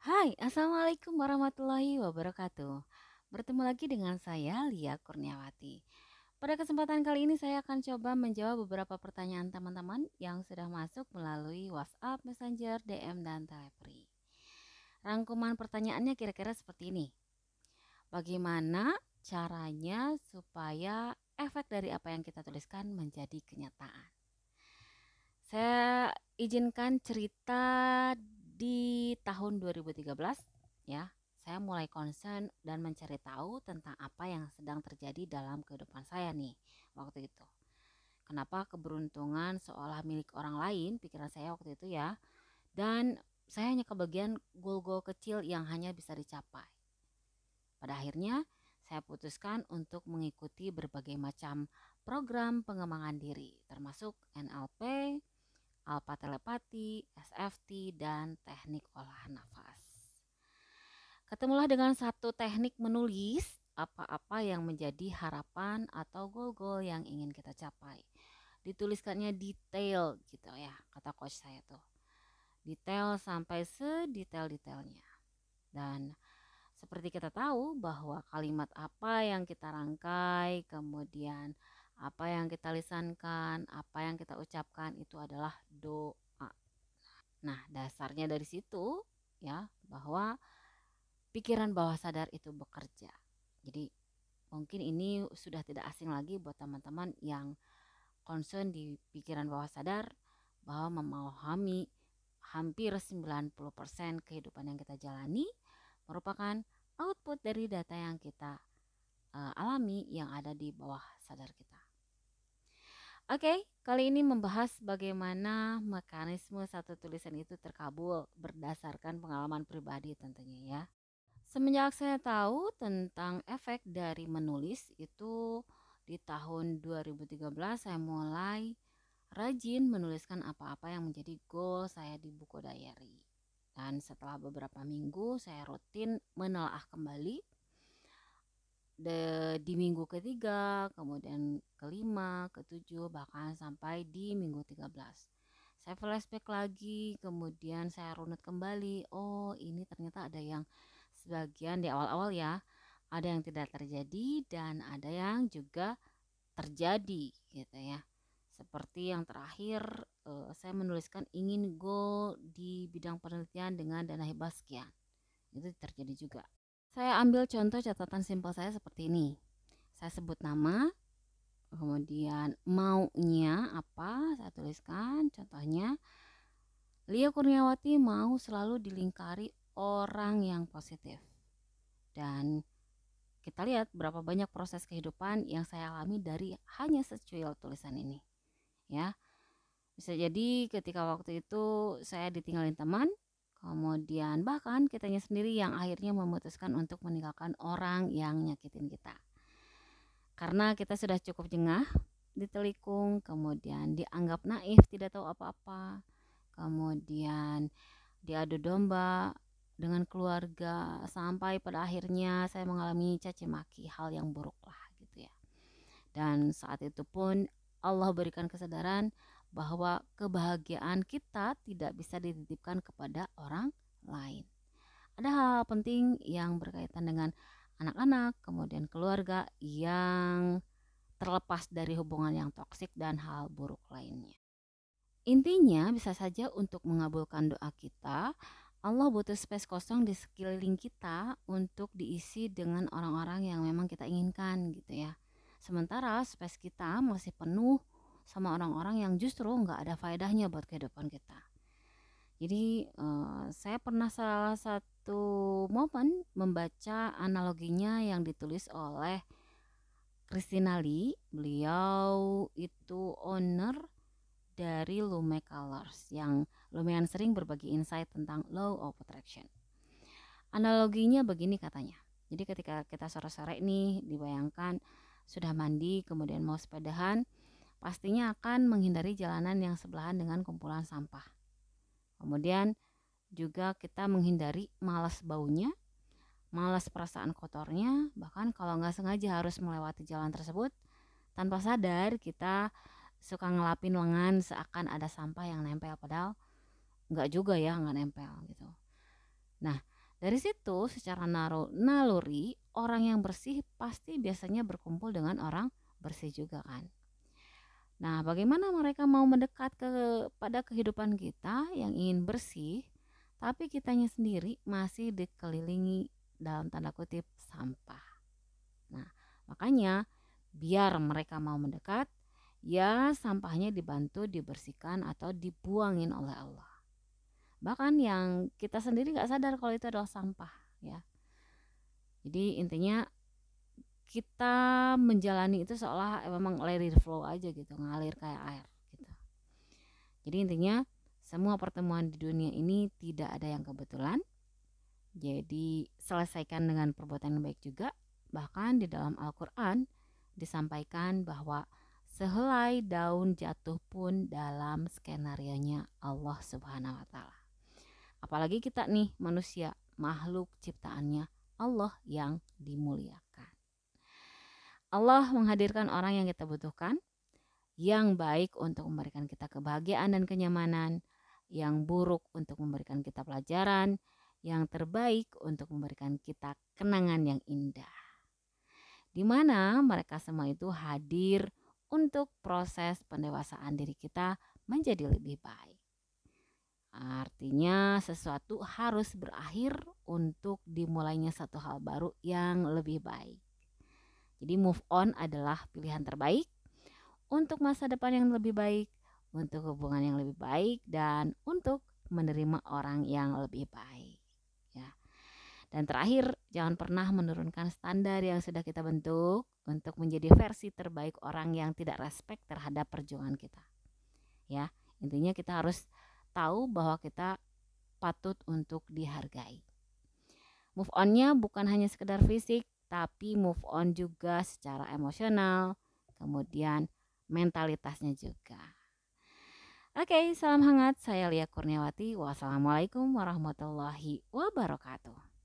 Hai, Assalamualaikum warahmatullahi wabarakatuh. Bertemu lagi dengan saya, Lia Kurniawati. Pada kesempatan kali ini saya akan coba menjawab beberapa pertanyaan teman-teman yang sudah masuk melalui WhatsApp, Messenger, DM, dan Telepri. Rangkuman pertanyaannya kira-kira seperti ini. Bagaimana caranya supaya efek dari apa yang kita tuliskan menjadi kenyataan? Saya izinkan cerita di tahun 2013 ya. Saya mulai concern dan mencari tahu tentang apa yang sedang terjadi dalam kehidupan saya nih waktu itu. Kenapa keberuntungan seolah milik orang lain, pikiran saya waktu itu ya. Dan saya hanya kebagian goal-goal kecil yang hanya bisa dicapai. Pada akhirnya saya putuskan untuk mengikuti berbagai macam program pengembangan diri, termasuk NLP, alpha telepati, SFT, dan teknik olah nafas. Ketemulah dengan satu teknik menulis apa-apa yang menjadi harapan atau goal-goal yang ingin kita capai. Dituliskannya detail gitu ya, kata coach saya tuh. Detail sampai sedetail-detailnya. Dan seperti kita tahu bahwa kalimat apa yang kita rangkai, kemudian apa yang kita lisankan, apa yang kita ucapkan itu adalah doa. Nah, dasarnya dari situ ya bahwa pikiran bawah sadar itu bekerja. Jadi mungkin ini sudah tidak asing lagi buat teman-teman yang concern di pikiran bawah sadar bahwa memahami hampir 90% kehidupan yang kita jalani merupakan output dari data yang kita alami yang ada di bawah sadar kita. Oke, kali ini membahas bagaimana mekanisme satu tulisan itu terkabul berdasarkan pengalaman pribadi tentunya ya. Semenjak saya tahu tentang efek dari menulis itu di tahun 2013 saya mulai rajin menuliskan apa-apa yang menjadi goal saya di buku diary. Dan setelah beberapa minggu saya rutin menelaah kembali di minggu ketiga, kemudian kelima, ketujuh, bahkan sampai di minggu 13. Saya flashback lagi, kemudian saya runut kembali. Oh, ini ternyata ada yang sebagian di awal-awal ya, ada yang tidak terjadi dan ada yang juga terjadi gitu ya. Seperti yang terakhir, saya menuliskan ingin goal di bidang penelitian dengan dana hibah sekian. Itu terjadi juga. Saya ambil contoh catatan simpel saya seperti ini. Saya sebut nama, kemudian maunya apa, saya tuliskan. Contohnya, Lia Kurniawati mau selalu dilingkari orang yang positif. Dan kita lihat berapa banyak proses kehidupan yang saya alami dari hanya secuil tulisan ini. Ya, bisa jadi ketika waktu itu saya ditinggalin teman, kemudian bahkan kitanya sendiri yang akhirnya memutuskan untuk meninggalkan orang yang nyakitin kita. Karena kita sudah cukup jengah ditelikung, kemudian dianggap naif, tidak tahu apa-apa, kemudian diadu domba dengan keluarga, sampai pada akhirnya saya mengalami caci maki, hal yang buruk lah gitu ya. Dan saat itu pun Allah berikan kesadaran bahwa kebahagiaan kita tidak bisa dititipkan kepada orang lain. Ada hal penting yang berkaitan dengan anak-anak, kemudian keluarga yang terlepas dari hubungan yang toksik dan hal buruk lainnya. Intinya bisa saja untuk mengabulkan doa kita, Allah butuh space kosong di sekeliling kita untuk diisi dengan orang-orang yang memang kita inginkan gitu ya. Sementara space kita masih penuh sama orang-orang yang justru nggak ada faedahnya buat kehidupan kita. Jadi saya pernah salah satu momen membaca analoginya yang ditulis oleh Christina Lee. Beliau itu owner dari Lume Colors yang lumayan sering berbagi insight tentang law of attraction. Analoginya begini katanya. Jadi ketika kita sore-sore nih dibayangkan sudah mandi kemudian mau sepedahan, pastinya akan menghindari jalanan yang sebelahan dengan kumpulan sampah. Kemudian juga kita menghindari malas baunya, malas perasaan kotornya, bahkan kalau nggak sengaja harus melewati jalan tersebut, tanpa sadar kita suka ngelapin lengan seakan ada sampah yang nempel, padahal nggak juga ya, nggak nempel gitu. Nah, Dari situ secara naluri orang yang bersih pasti biasanya berkumpul dengan orang bersih juga kan. Nah, bagaimana mereka mau mendekat pada kehidupan kita yang ingin bersih, tapi kitanya sendiri masih dikelilingi dalam tanda kutip sampah. Nah, makanya biar mereka mau mendekat, ya sampahnya dibantu dibersihkan atau dibuangin oleh Allah. Bahkan yang kita sendiri nggak sadar kalau itu adalah sampah, ya. Jadi intinya kita menjalani itu seolah memang let it flow aja gitu, ngalir kayak air gitu. Jadi intinya semua pertemuan di dunia ini tidak ada yang kebetulan. Jadi selesaikan dengan perbuatan yang baik juga. Bahkan di dalam Al-Quran disampaikan bahwa sehelai daun jatuh pun dalam skenarionya Allah Subhanahu wa taala. Apalagi kita nih manusia, makhluk ciptaannya Allah yang dimuliakan. Allah menghadirkan orang yang kita butuhkan, yang baik untuk memberikan kita kebahagiaan dan kenyamanan, yang buruk untuk memberikan kita pelajaran, yang terbaik untuk memberikan kita kenangan yang indah. Di mana mereka semua itu hadir untuk proses pendewasaan diri kita menjadi lebih baik. Artinya sesuatu harus berakhir untuk dimulainya satu hal baru yang lebih baik. Jadi move on adalah pilihan terbaik untuk masa depan yang lebih baik, untuk hubungan yang lebih baik, dan untuk menerima orang yang lebih baik. Ya. Dan terakhir, jangan pernah menurunkan standar yang sudah kita bentuk untuk menjadi versi terbaik orang yang tidak respect terhadap perjuangan kita. Ya, intinya kita harus tahu bahwa kita patut untuk dihargai. Move on-nya bukan hanya sekedar fisik, tapi move on juga secara emosional, kemudian mentalitasnya juga. Oke, salam hangat. Saya Lia Kurniawati. Wassalamualaikum warahmatullahi wabarakatuh.